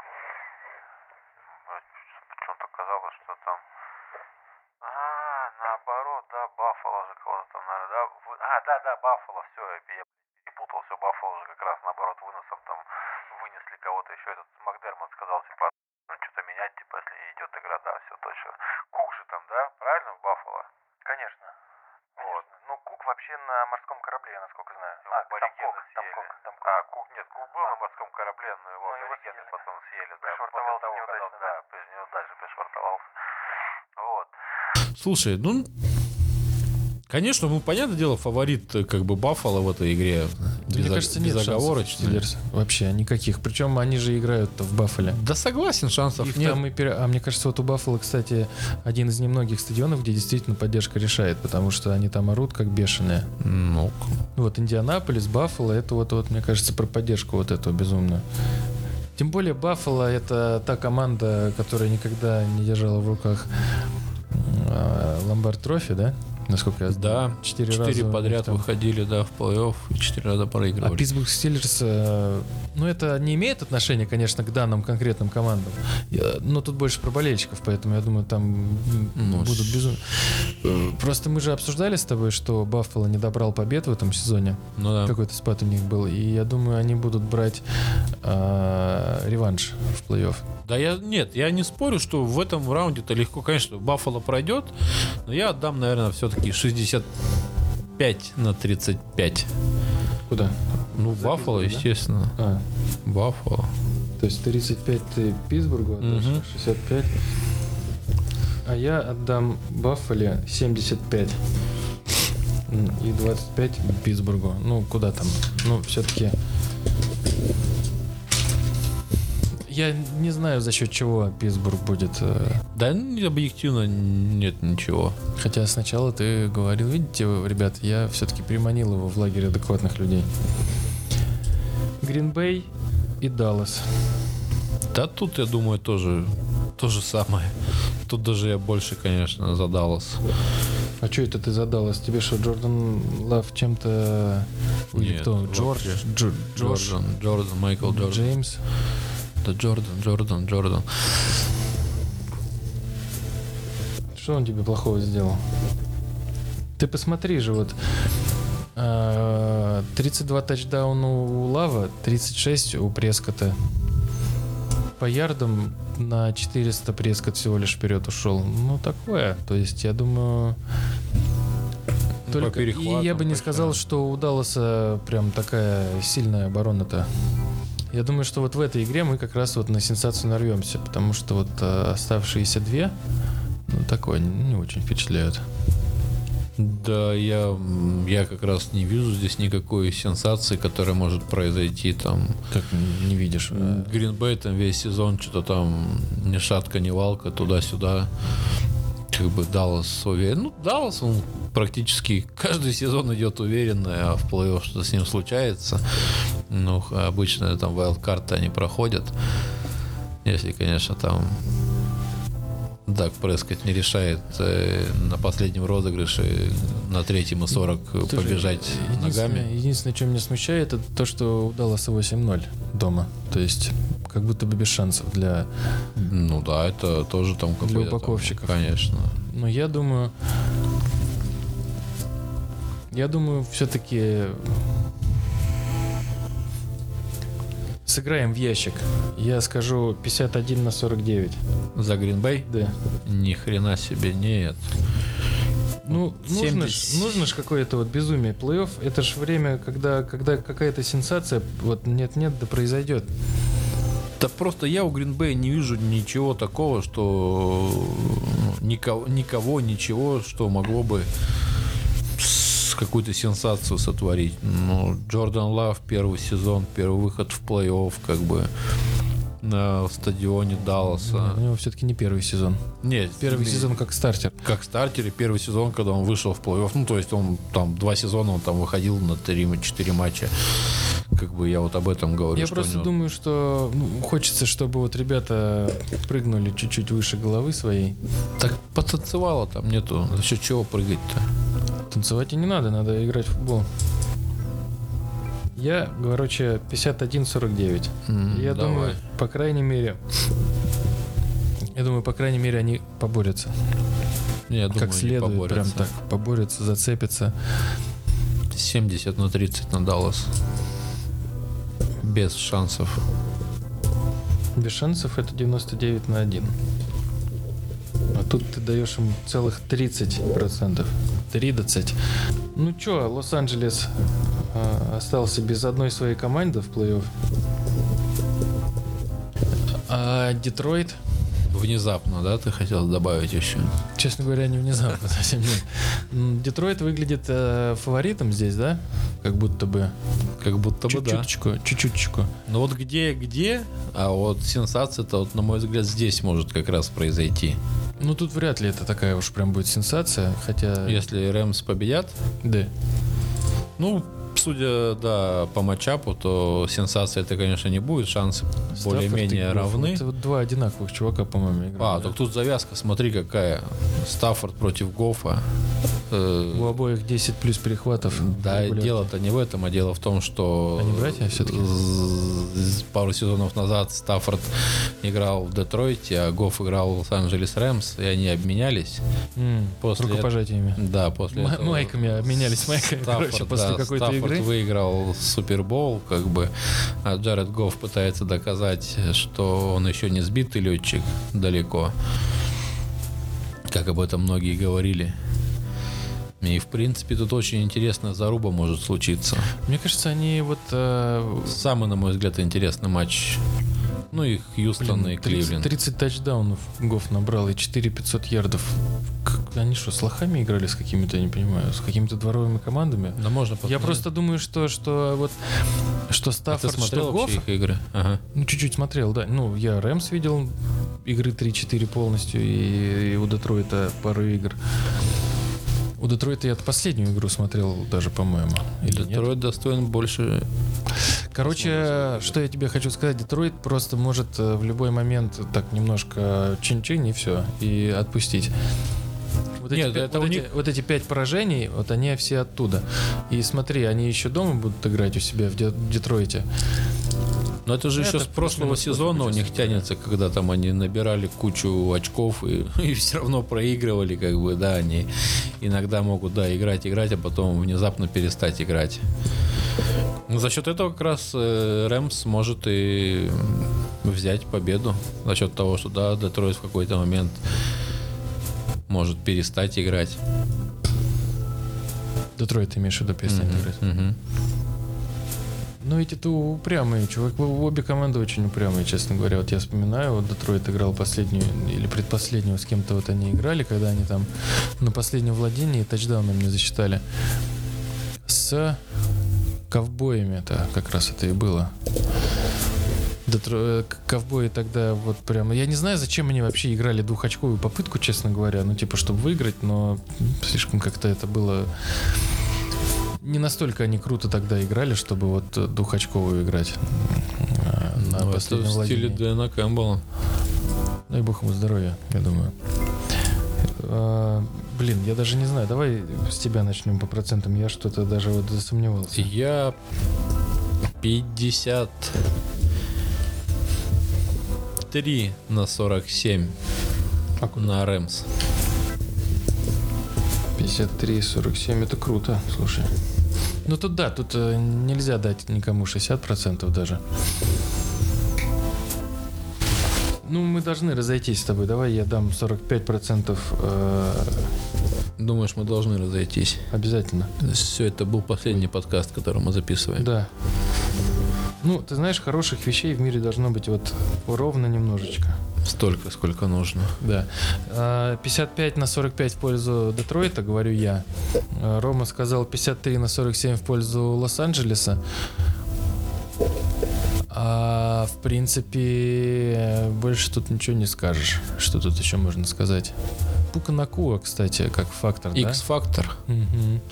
Почему-то казалось, что там... А, наоборот, да, Баффало же кого-то там, наверное, да? Вы... А, да, да, Баффало, все, я перепутал, все, Баффало же как раз, наоборот, выносом там вынесли кого-то еще. Этот Макдермот сказал, типа, ну, что-то менять, типа, если идет игра, да, все точно. Кук же там, да, правильно, в Баффало? Конечно. Вот. Ну, Кук вообще на морском корабле, я насколько знаю. Его а, аборигены съели. Там Кук, там Кук. А, Кук, нет, Кук был на морском корабле, но его ну, аборигены потом съели. Да, пришвартовался того, неудачно, когда, да, неудачно пришвартовался. Вот. Слушай, ну, конечно, ну, понятное дело, фаворит как бы Баффало в этой игре. Мне Без, кажется, нет безоговорочно. шансов вообще никаких. Причем они же играют в Баффале. Да согласен, шансов Их нет. там и пере- А мне кажется, вот у Баффало, кстати, один из немногих стадионов, где действительно поддержка решает, потому что они там орут как бешеные. Ну, Вот Индианаполис, Баффало, это вот, вот, мне кажется, про поддержку вот эту безумную. Тем более Баффало — это та команда, которая никогда не держала в руках Ломбард Трофи, да? Насколько я знаю. да, Четыре четыре раза подряд там выходили, да, в плей-офф, и четыре раза проигрывали. А Питтсбург Стиллерс, э, ну, это не имеет отношения, конечно, к данным конкретным командам. Я- но тут больше про болельщиков, поэтому я думаю, там м, Ну, будут с- безумно. Просто мы же обсуждали с тобой, что Баффало не добрал побед в этом сезоне. Ну да. Какой-то спад у них был. И я думаю, они будут брать э, реванш в плей-офф. Да я, нет, я не спорю, что в этом раунде-то легко, конечно, Баффало пройдет, но я отдам, наверное, все-таки шестьдесят пять на тридцать пять. Куда? Ну, За Баффало, Питтсбург, да? естественно. А, Баффало. то есть тридцать пять ты Питтсбургу отдашь, Мгм. шестьдесят пять. А я отдам Баффале семьдесят пять. М, И двадцать пять Питтсбургу. Ну, куда там? Ну, все-таки... Я не знаю, за счет чего Питтсбург будет. э, Да, ну, объективно нет ничего. Хотя сначала ты говорил, видите, вы, ребят, я все-таки приманил его в лагерь адекватных людей. Грин-Бэй и Даллас. Да тут, я думаю, тоже то же самое. Тут даже я больше, конечно, за Даллас. А что это ты за Даллас? Тебе что, Джордан Лав чем-то... Или Нет, кто? Джордж? вообще. Джо- Джош? Джордан, Джордан, Майкл Джордан. Джеймс? Да, Джордан, Джордан, Джордан. Что он тебе плохого сделал? Ты посмотри же, вот а, тридцать два тачдауна у Лава, тридцать шесть у Прескота. По ярдам на четыреста Прескот всего лишь вперед ушел. Ну, такое. То есть, я думаю... По Только... И перехватам, я бы не по сказал, всему. что у Далласа прям такая сильная оборона-то. Я думаю, что вот в этой игре мы как раз вот на сенсацию нарвемся, потому что вот э, оставшиеся две, ну, такое не очень впечатляют. Да, я, я как раз не вижу здесь никакой сенсации, которая может произойти там. Как не видишь? Грин-Бэй там весь сезон что-то там ни шатка, ни валка, туда-сюда. Как бы Даллас уверен. Ну, Даллас, он практически каждый сезон идет уверенно, а в плей-офф что-то с ним случается. Ну, обычно там вайлдкарты они проходят. Если, конечно, там Даг Прескотт не решает э, на последнем розыгрыше на третьем и сорок Слушай, побежать единственное, ногами. Единственное, что меня смущает, это то, что у Далласа восемь ноль дома. То есть, как будто бы без шансов для... Ну да, это тоже там Для какой-то там, упаковщиков. конечно. Но я думаю... Я думаю, все-таки... Сыграем в ящик. Я скажу пятьдесят один на сорок девять. За Green Bay? Да. Ни хрена себе, нет. Ну, нужно ж, семьдесят. нужно ж какое-то вот безумие. Плей-офф — это ж время, когда, когда какая-то сенсация вот нет-нет, да произойдет. Да просто я у Green Bay не вижу ничего такого, что ну, никого, никого, ничего, что могло бы с- какую-то сенсацию сотворить. Ну, Джордан Лав, первый сезон, первый выход в плей-офф, как бы на стадионе Далласа. У него все-таки не первый сезон. Нет, Первый не- сезон как стартер. как стартер, и первый сезон, когда он вышел в плей-офф. Ну, то есть он там два сезона, он там выходил на три-четыре матча. Как бы я вот об этом говорю. Я что просто у него- думаю, что ну, хочется, чтобы вот ребята прыгнули чуть-чуть выше головы своей. Так потанцевало там нету. За счет чего прыгать-то? Танцевать и не надо, надо играть в футбол. Я, короче, пятьдесят один сорок девять. М, Я давай. думаю, по крайней мере, я думаю, по крайней мере, они поборются. Я думаю, как не следует, поборются. прям так, поборются, зацепятся. семьдесят на тридцать на Даллас. Без шансов. Без шансов это девяносто девять на один. А тут ты даешь им целых тридцать процентов. тридцать. Ну чё, Лос-Анджелес а, остался без одной своей команды в плей-офф. А Детройт, Внезапно, да, ты хотел добавить еще? честно говоря, не внезапно совсем нет. М, Детройт выглядит э, фаворитом здесь, да? Как будто бы. Как будто бы да. Чуть-чуточку, чуть-чуточку. Но вот где-где, а вот сенсация-то, вот, на мой взгляд, здесь может как раз произойти. Ну тут вряд ли это такая уж прям будет сенсация, хотя... Если Рэмс победят, Да. ну, судя, да, по матчапу, то сенсация это, конечно, не будет. Шансы Стаффорд более-менее и Гофф. равны. Это вот два одинаковых чувака, по-моему, играют. А, да. так тут завязка, смотри какая. Стаффорд против Гоффа. Э, У обоих десять плюс перехватов. Да, регулярно. дело-то не в этом, а дело в том, что Они братья всё-таки? з- пару сезонов назад Стаффорд играл в Детройте, а Гофф играл в Лос-Анджелес Рэмс, и они обменялись. М, После рукопожатиями. Да, после М- этого майками обменялись майками, Стаффорд, короче, после да, какой-то Стаффорд игры. выиграл Супербол, как бы, а Джаред Гофф пытается доказать, что он еще не сбитый летчик далеко, как об этом многие говорили. И, в принципе, тут очень интересная заруба может случиться. Мне кажется, они вот... э, Самый, на мой взгляд, интересный матч. Ну и Хьюстон, блин, и Кливленд. тридцать, тридцать тачдаунов Гофф набрал и четыре тысячи пятьсот ярдов. Как, они что, с лохами играли с какими-то, я не понимаю, с какими-то дворовыми командами? Да можно Я посмотреть. просто думаю, что, что вот что А ты Стаффорд, смотрел что вообще Гофф, их игры? Ага. ну чуть-чуть смотрел, да. Ну, я Рэмс видел игры три-четыре полностью, и, и у Детройта пару игр. У Детройта я последнюю игру смотрел даже, по-моему. Или нет? Детройт достоин больше. Короче, что я тебе хочу сказать, Детройт просто может э, в любой момент так немножко чин-чин и все, и отпустить. Вот эти, Нет, пя- это вот, у эти, них- вот эти пять поражений, вот они все оттуда. И смотри, они еще дома будут играть у себя в Де- Детройте. Но это же Это еще с прошлого плюс-минус сезона у будет, них честно говоря. тянется, когда там они набирали кучу очков и, и все равно проигрывали, как бы, да, они иногда могут, да, играть, играть, а потом внезапно перестать играть. Но за счет этого как раз э, Рэмс может и взять победу. За счет того, что, да, Детройт в какой-то момент может перестать играть. Детройт, имеешь в виду, перестань Мгм, играть. мгм. Ну, эти-то упрямые, чувак. Обе команды очень упрямые, честно говоря. Вот я вспоминаю, вот Детройт играл последнюю или предпоследнюю, с кем-то вот они играли, когда они там на последнем владении тачдауном не засчитали. С ковбоями это как раз это и было. Детро... э, к- Ковбои тогда вот прям... Я не знаю, зачем они вообще играли двухочковую попытку, честно говоря. Ну, типа, чтобы выиграть, но слишком как-то это было... Не настолько они круто тогда играли, чтобы вот э, двухочковую играть э, на Ну, это последнем в стиле владении. Дэна Кэмпбелла. Дай бог ему здоровья, я думаю. А, блин, я даже не знаю. Давай с тебя начнем по процентам. Я что-то даже вот засомневался. Я пятьдесят три на сорок семь А куда? на Рэмс. пятьдесят три сорок семь, это круто, слушай. Ну тут да, тут э, нельзя дать никому шестьдесят процентов даже. Ну, мы должны разойтись с тобой. Давай я дам сорок пять процентов э, Думаешь, мы должны разойтись? обязательно. Все, это был последний подкаст, который мы записываем. Да. Ну, ты знаешь, хороших вещей в мире должно быть вот ровно немножечко. Столько, сколько нужно. Да. А, пятьдесят пять на сорок пять в пользу Детройта, говорю я. А, Рома сказал пятьдесят три на сорок семь в пользу Лос-Анджелеса. А в принципе, больше тут ничего не скажешь. Что тут еще можно сказать? Пука Накуа, кстати, как фактор, да? X-фактор. Мгм.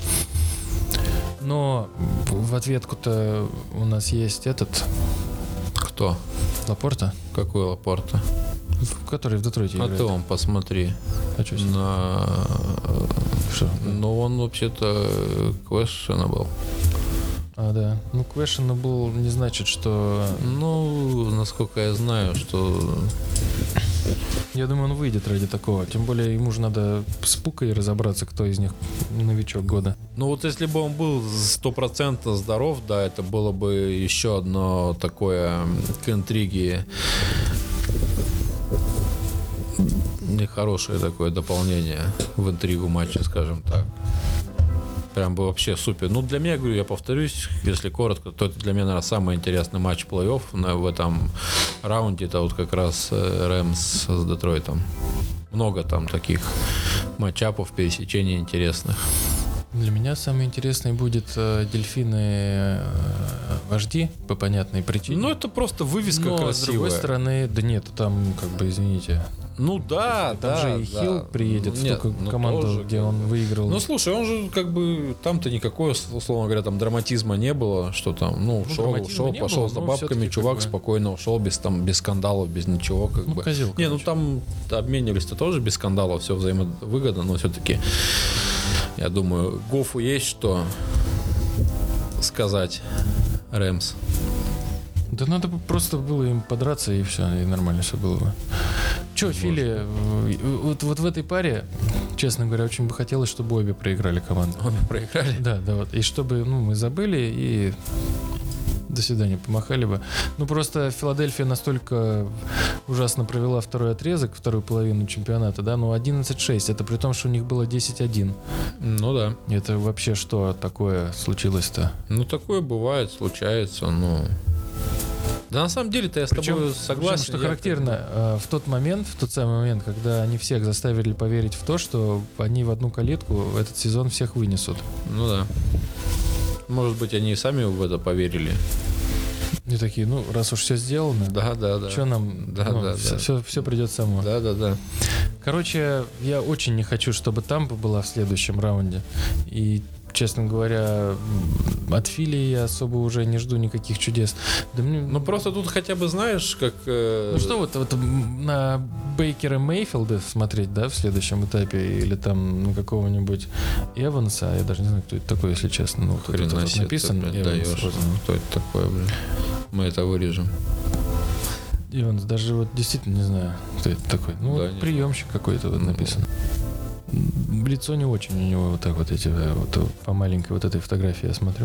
Но в ответку-то у нас есть этот Кто? Лапорта, Какой Лапорта? который в Детройте А играет. ты он посмотри. А что с ним? На... Что? Ну, он вообще-то questionable. А, да. Ну, questionable не значит, что... Ну, насколько я знаю, что... Я думаю, он выйдет ради такого. Тем более ему же надо с Пукой разобраться, кто из них новичок года. Ну, вот если бы он был стопроцентно здоров, да, это было бы еще одно такое к интриге нехорошее такое дополнение в интригу матча, скажем так. Прям бы вообще супер. Ну, для меня, говорю, я повторюсь, если коротко, то это для меня, наверное, самый интересный матч плей-офф на- в этом раунде. Это вот как раз э, Рэмс с Детройтом. Много там таких матчапов, пересечений интересных. Для меня самое интересное будет э, дельфины э, вожди, по понятной причине. Ну, это просто вывеска Но, красивая. с другой стороны, да нет, там, как бы, извините, Ну да, там да. же и да. Хилл приедет в Нет, ту ну команду, тоже где как он бы. выиграл. Ну слушай, он же как бы там-то никакой, условно говоря, там драматизма не было, что там, ну, Ну, шел, драматизма шел, не пошел было, за но бабками, всё-таки чувак как бы- спокойно ушел без там без скандалов, без ничего, как Ну, бы. козел, Не, ну короче. там обменивались-то тоже без скандалов, все взаимовыгодно, но все-таки, я думаю, Гофу есть что сказать Рэмс. Да надо бы просто было им подраться, и все, и нормально все было бы. Че, Фили, э, вот, вот в этой паре, честно говоря, очень бы хотелось, чтобы обе проиграли команды. Обе проиграли. Да, да, вот. И чтобы, ну, мы забыли и до свидания, помахали бы. Ну, просто Филадельфия настолько ужасно провела второй отрезок, вторую половину чемпионата, да, ну, одиннадцать шесть, это при том, что у них было десять один. Ну да. Это вообще что такое случилось-то? Ну такое бывает, случается, ну. Да на самом деле-то я с Причем, тобой согласен. причем, что я- характерно, э, в тот момент, в тот самый момент, когда они всех заставили поверить в то, что они в одну калитку этот сезон всех вынесут. Ну да. Может быть, они и сами в это поверили. И такие, ну, раз уж все сделано, Да, да, да. что нам, Да, ну, да, все, да. все, все придет само. Да, да, да. Короче, я очень не хочу, чтобы Тампа была в следующем раунде. И, честно говоря, м, от Фили я особо уже не жду никаких чудес. Да мне, Ну просто тут хотя бы знаешь, как... э, ну что вот, вот м, на Бейкера Мейфилда смотреть, да, в следующем этапе, или там на какого-нибудь Эванса, я даже не знаю, кто это такой, если честно. Ну, вот хрена это вот себе написан ты, блядь, Эванс. даешь. Вот. Кто это такое, блин? Мы это вырежем. Эванс, даже вот действительно не знаю, кто это такой. Ну, Да, вот не приемщик какой-то вот Ну. написано. М, Лицо не очень у него вот так вот эти, э, вот э, по маленькой вот этой фотографии я смотрю.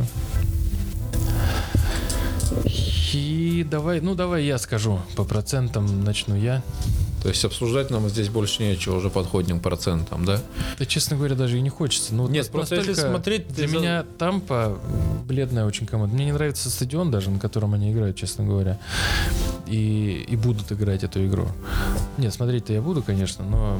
И давай, ну давай я скажу по процентам, начну я. То есть обсуждать нам здесь больше нечего, уже подходим к процентам, да? Да, честно говоря, даже и не хочется. Ну, вот Нет, нас- просто если настолько смотреть, для ты за- меня Тампа м, бледная очень команда. Мне не нравится стадион даже, на котором они играют, честно говоря. И, и будут играть эту игру. Нет, смотреть-то я буду, конечно, но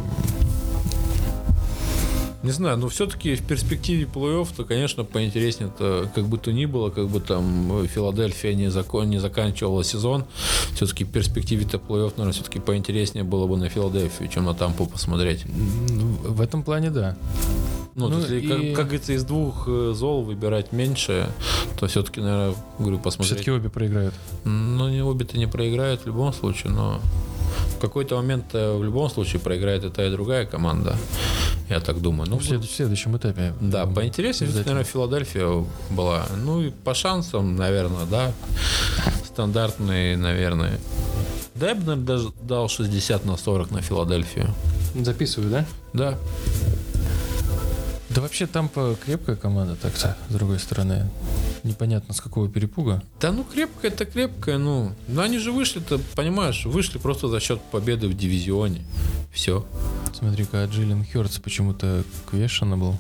Не знаю, но все-таки в перспективе плей-офф, то, конечно, поинтереснее это как бы то ни было, как бы там Филадельфия не, закон, не заканчивала сезон. Все-таки в перспективе-то плей-офф, наверное, все-таки поинтереснее было бы на Филадельфию, чем на Тампу посмотреть. м, в этом плане да. Ну, Ну, если, и- как, как говорится, из двух э, зол выбирать меньше, то все-таки, наверное, говорю, посмотреть. Все-таки обе проиграют. Ну, не обе-то не проиграют в любом случае, но в какой-то момент э, в любом случае проиграет и та, и другая команда. Я так думаю. Ну, Ну, в след- в следующем этапе. да, поинтереснее, Обязательно. наверное, Филадельфия была. Ну и по шансам, наверное, да. Стандартные, наверное. Да, я бы, наверное, даже дал шестьдесят на сорок на Филадельфию. Записываю, да? Да. Да вообще Тампа крепкая команда так-то, с другой стороны. непонятно с какого перепуга. Да ну крепкая-то крепкая, ну. Ну они же вышли-то, понимаешь, вышли просто за счет победы в дивизионе. Все. Смотри-ка, Джейлен Хёртс почему-то questionable.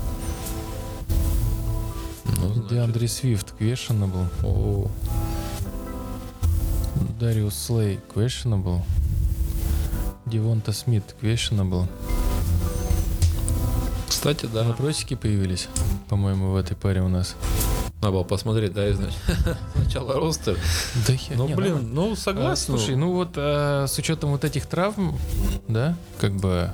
Ну, Деандре Свифт questionable. О, Дариус Слей questionable. Девонта Смит questionable. кстати, да. Вопросики появились, по-моему, в этой паре у нас. Надо было посмотреть, да, и знать. Сначала ростер. Да хер, Ну, не, блин, нормально. ну А, согласен. слушай, ну вот а, с учетом вот этих травм, да, как бы,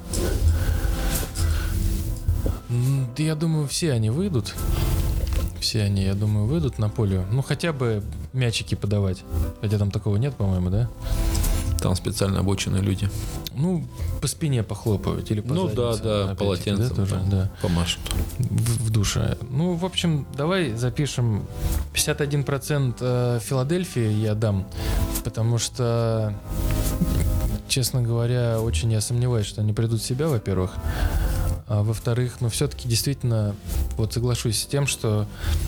м, да я думаю, все они выйдут. Все они, я думаю, выйдут на поле. Ну, хотя бы мячики подавать. Хотя там такого нет, по-моему, да? Там специально обученные люди. Ну, по спине похлопывать или по Ну да, заднице, да, опять-таки, полотенцем да, тоже, там да. помашут. В, в душе. Ну, в общем, давай запишем пятьдесят один процент э, Филадельфии я дам, потому что, честно говоря, очень я сомневаюсь, что они придут в себя, во-первых. А во-вторых, ну, все-таки действительно, вот соглашусь с тем, что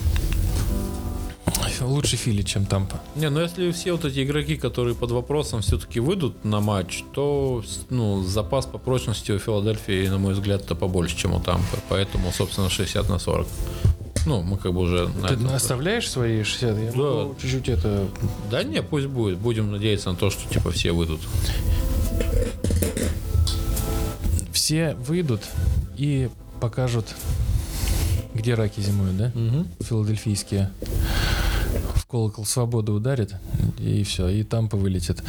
лучше Фили, чем Тампа. Не, ну если все вот эти игроки, которые под вопросом, все-таки выйдут на матч, то ну, запас по прочности у Филадельфии, на мой взгляд-то побольше, чем у Тампы. Поэтому, собственно, шестьдесят на сорок. Ну, мы как бы уже... на Ты этом- оставляешь свои шестьдесят? Я Да. могу чуть-чуть это... Да не, пусть будет. Будем надеяться на то, что типа все выйдут. Все выйдут и покажут, где раки зимуют, да? Филадельфийские. В колокол свободы ударит, и все, и Тампа вылетит.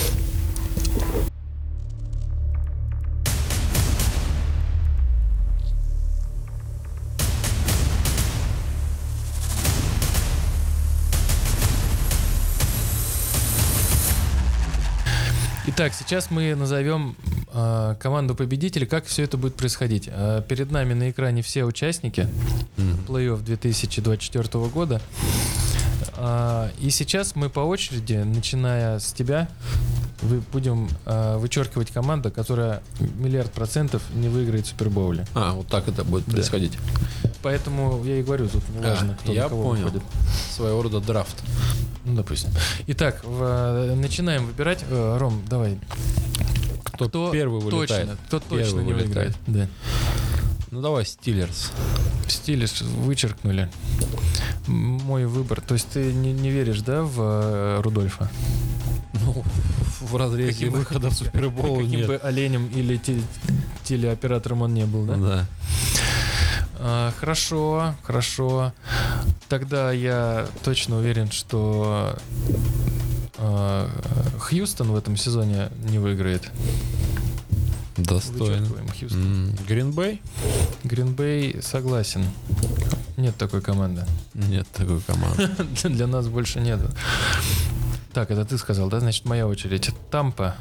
Итак, сейчас мы назовем э, команду победителей, как все это будет происходить. Э, перед нами на экране все участники плей-офф две тысячи двадцать четвёртого года. Э, и сейчас мы по очереди, начиная с тебя, вы будем э, вычеркивать команду, которая миллиард процентов не выиграет в Супербоуле. А, вот так это будет Да. происходить. Поэтому я и говорю, тут не важно, А, кто я на кого понял. выходит. Своего рода драфт. Ну, допустим. Итак, в- начинаем выбирать. Э, Ром, давай. Кто, первый вылетает? Точно, кто Первый точно не вылетает. выиграет. Да. Ну давай, Стиллерс. Стилис вычеркнули. М, Мой выбор. То есть ты не, не веришь, да, в э, Рудольфа? Ну, в разрезе Каким бы- выхода в Супербоул Каким нет. бы оленем или те- телеоператором он не был, да? Да. А, хорошо, хорошо. Тогда я точно уверен, что а, Хьюстон в этом сезоне не выиграет. Достойно. Вычеркиваем Хьюстон. Гринбей? Гринбей согласен. Нет такой команды. Нет такой команды. Для нас больше нет. Так, это ты сказал, да? Значит, моя очередь. Тампа.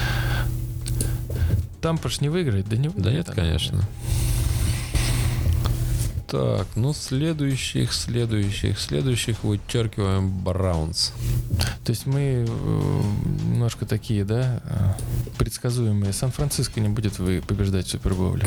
Тампа ж не выиграет? Да не выиграет. Да нет, она. конечно. Так, ну следующих, следующих, следующих вычеркиваем Браунс. То есть мы э, немножко такие, да, э, предсказуемые. Сан-Франциско не будет вы побеждать в Супербоуле.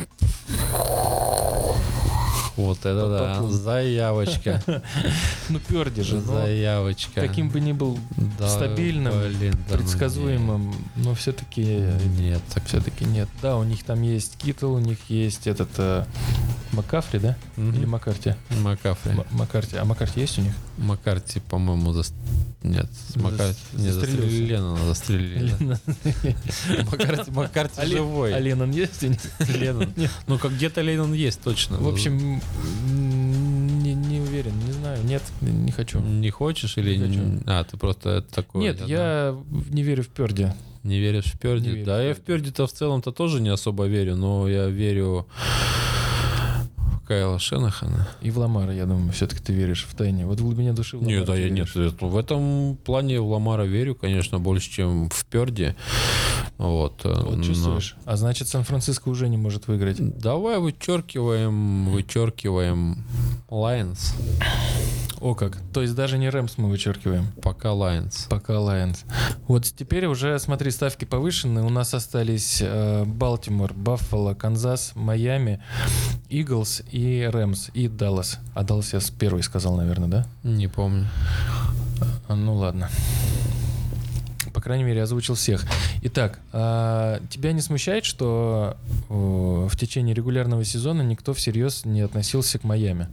Вот это да, Папа. заявочка. Ну, Пёрди же, но Заявочка. каким бы ни был Да, стабильным, блин, да ну предсказуемым, но все-таки нет. Нет, так все-таки нет. Да, у них там есть Киттл, у них есть этот э, Маккафри, да? Мгм. Или Маккарти? Маккафри. М- Маккарти. А Маккарти есть у них? Маккарти, по-моему, за... Нет, За- Маккарти... Не, застрелился. застрелили Леннона, застрелили. да. Маккарти, Маккарти А Ле- живой. А Леннон есть у них? Леннон. Нет. Ну, как где-то Леннон есть, точно. В общем, м, не, не уверен, не знаю. Нет, не хочу. Не хочешь или... Не хочу. не- А, ты просто это такое... Нет, да, я не верю в Пёрди. Не веришь в Пёрди? Не верю Да, в я в Пёрди-то в целом-то тоже не особо верю, но я верю в Кайла Шенахана. И в Ламара, я думаю, все-таки ты веришь в тайне. Вот в глубине души в Ламара Нет, да, ты я нет. веришь. это- В этом плане в Ламара верю, конечно, больше, чем в Пёрди. Вот. э, Вот но- чувствуешь. А значит, Сан-Франциско уже не может выиграть. Давай вычеркиваем, вычеркиваем Лайонс. О как. То есть даже не Рэмс мы вычеркиваем. Пока Lions. Пока Lions. Вот теперь уже, смотри, ставки повышены. У нас остались э, Балтимор, Баффало, Канзас, Майами, Иглс и Рэмс, и Даллас. А Даллас я первый сказал, наверное, да? Не помню. А, ну ладно. По крайней мере, озвучил всех. Итак, а тебя не смущает, что о, в течение регулярного сезона никто всерьез не относился к Майами?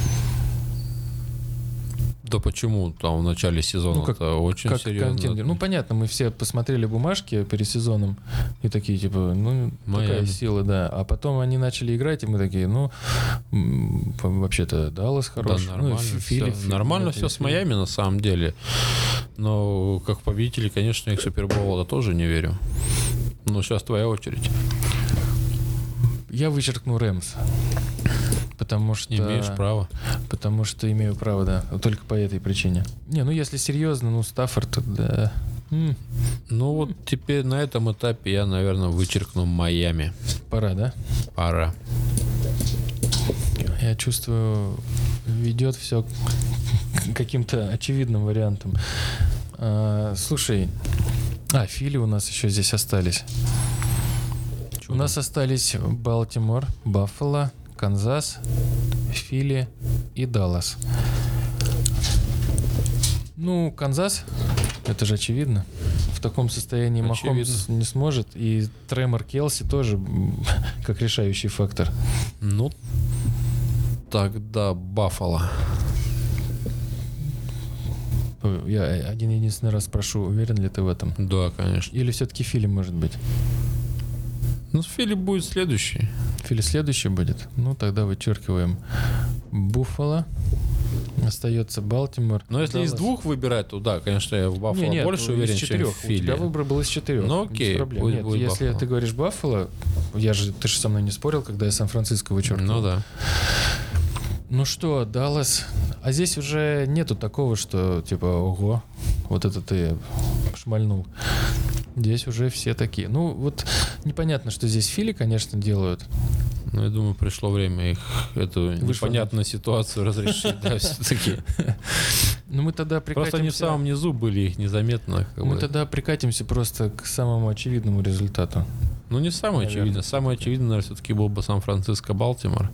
Да почему? Там в начале сезона Ну, как- это очень Как серьезно. контендер. Ну, понятно, мы все посмотрели бумажки перед сезоном и такие, типа, ну, такая Майами. сила, да. А потом они начали играть, и мы такие, ну, м, вообще-то Даллас Да, хороший. нормально. Ну, Фи- всё. Фили- Фили- Нормально это все с Фили. Майами на самом деле. Но как победители, конечно, я к Супербоулу тоже не верю. Но сейчас твоя очередь. Я вычеркну Рэмс. Потому что... Имеешь право. Потому что имею право, да. Только по этой причине. Не, ну если серьезно, ну Стаффорд, да. М, Ну вот теперь на этом этапе я, наверное, вычеркну Майами. пора, да? Пора. Я чувствую, ведет все к каким-то очевидным вариантам. А, слушай, а, Фили у нас еще здесь остались. Чё У нас остались Балтимор, Баффало, Канзас, Фили и Даллас. Ну, Канзас, это же очевидно. В таком состоянии Махомс Очевидно. не сможет. И Тремор Келси тоже м, как решающий фактор. Ну, тогда Баффало. Ой, Я один единственный раз спрошу, уверен ли ты в этом? Да, конечно. Или все-таки Фили может быть? Ну, Филипп будет следующий. Фили следующий будет? Ну, тогда вычеркиваем Буффало. Остается Балтимор. Но если из Даллас. двух выбирать, то да, конечно, я в Баффало Не, нет, больше из уверен, чем четырех. в У Филе. тебя выбор был из четырех. Ну, Без окей, проблем. будет- Нет, будет если Баффало. ты говоришь Баффало, я же, ты же со мной не спорил, когда я Сан-Франциско вычеркнул. Ну да. Ну что, Даллас. А здесь уже нету такого, что типа, ого, вот это ты шмальнул. Здесь уже все такие. Ну, вот непонятно, что здесь Фили, конечно, делают. Ну, я думаю, пришло время их эту Вышвырнуть. непонятную ситуацию разрешить, да, все-таки. Но мы тогда прикатимся... Просто они в самом низу были, их незаметно. как Мы бы. тогда прикатимся просто к самому очевидному результату. Ну, не самое Наверное, очевидное. Самое очевидное, наверное, все-таки был бы Сан-Франциско, Балтимор.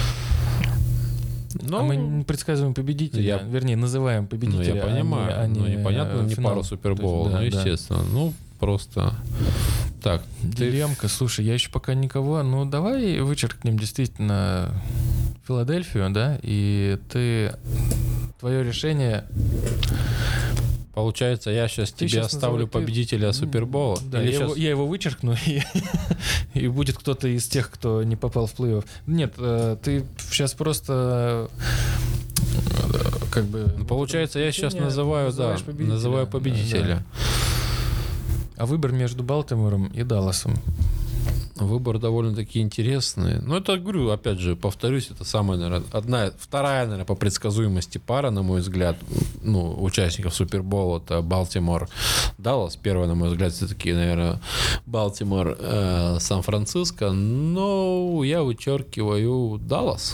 Ну, а мы не предсказываем победителя, я- вернее, называем ну, победителя. я понимаю. а не, а ну, не, непонятно, э, не финал. пару Супербола, То ну, есть, да, да. естественно. Ну, просто... Так, ты... Дилемка, слушай, я еще пока никого. Ну, давай вычеркнем действительно Филадельфию, да, и ты... Твое решение... Получается, я сейчас Ты тебе щас оставлю назову- ты- победителя Супербола? Да, Или я, щас- его, я его вычеркну, и, и будет кто-то из тех, кто не попал в плей-офф. Нет, э, ты сейчас просто э, как бы... Ну, получается, я сейчас Решение называю, да, называешь победителя. называю победителя. Да. А выбор между Балтимором и Далласом. Выбор довольно-таки интересный. Но это, говорю, опять же, повторюсь, это самая, наверное, одна, вторая, наверное, по предсказуемости пара, на мой взгляд, ну, участников Супербола, это Балтимор, Даллас. Первая, на мой взгляд, все-таки, наверное, Балтимор, э, Сан-Франциско. Но я вычеркиваю Даллас.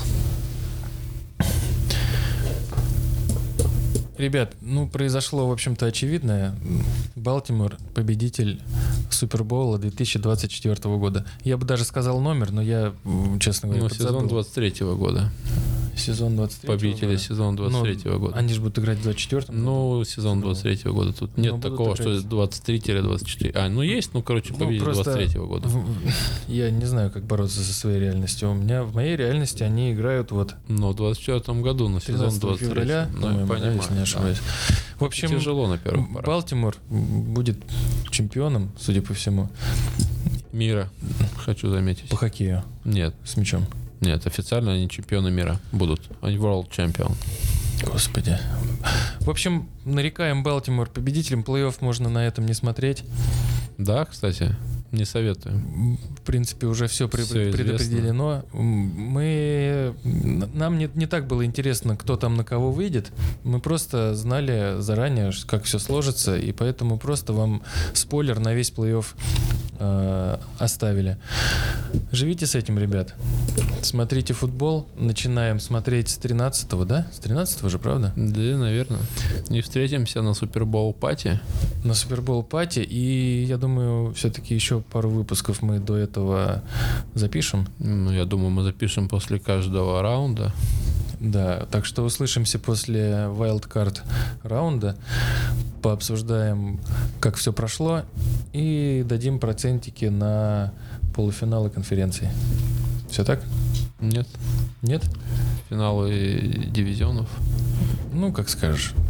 Ребят, ну, произошло, в общем-то, очевидное. Балтимор — победитель Супербоула две тысячи двадцать четвёртого года. Я бы даже сказал номер, но я, м, честно говоря, Ну, подзабыл. сезон двадцать третьего года. Сезон двадцать третьего Победители года. сезона двадцать третьего Ну, года. Они же будут играть в двадцать четвёртом году. Ну, сезон двадцать третьего года. Тут нет Ну, будут такого, что играть. двадцать три двадцать четыре. А, ну есть, ну, короче, Ну, победитель просто двадцать третьего года. в- Я не знаю, как бороться со своей реальностью. У меня в моей реальности они играют вот Но в двадцать четвёртом году на сезон тринадцатого двадцать три. февраля, Ну, я по-моему, да, понимаю, если не да. ошибаюсь. В общем, Тяжело на первых порах. Балтимор будет чемпионом, судя по всему, Мира, хочу заметить. по хоккею Нет, с мячом. нет, официально они чемпионы мира будут. Они World Champion. Господи. В общем, нарекаем Балтимор победителем. Плей-офф можно на этом не смотреть. Да, кстати, не советую. В принципе, уже все Всё известно. предопределено. Мы... Нам не, не так было интересно, кто там на кого выйдет. Мы просто знали заранее, как все сложится, и поэтому просто вам спойлер на весь плей-офф э, оставили. Живите с этим, ребят. Смотрите футбол. Начинаем смотреть с тринадцатого, да? С тринадцатого же, правда? Да, наверное. И встретимся на Супербол пати. На Супербол пати. И я думаю, все-таки еще пару выпусков мы до этого запишем. Ну, я думаю, мы запишем после каждого раунда. Да, так что услышимся после wildcard раунда, пообсуждаем, как все прошло, и дадим процентики на полуфиналы конференции. Все так? Нет. Нет? Финалы дивизионов. Ну, как скажешь.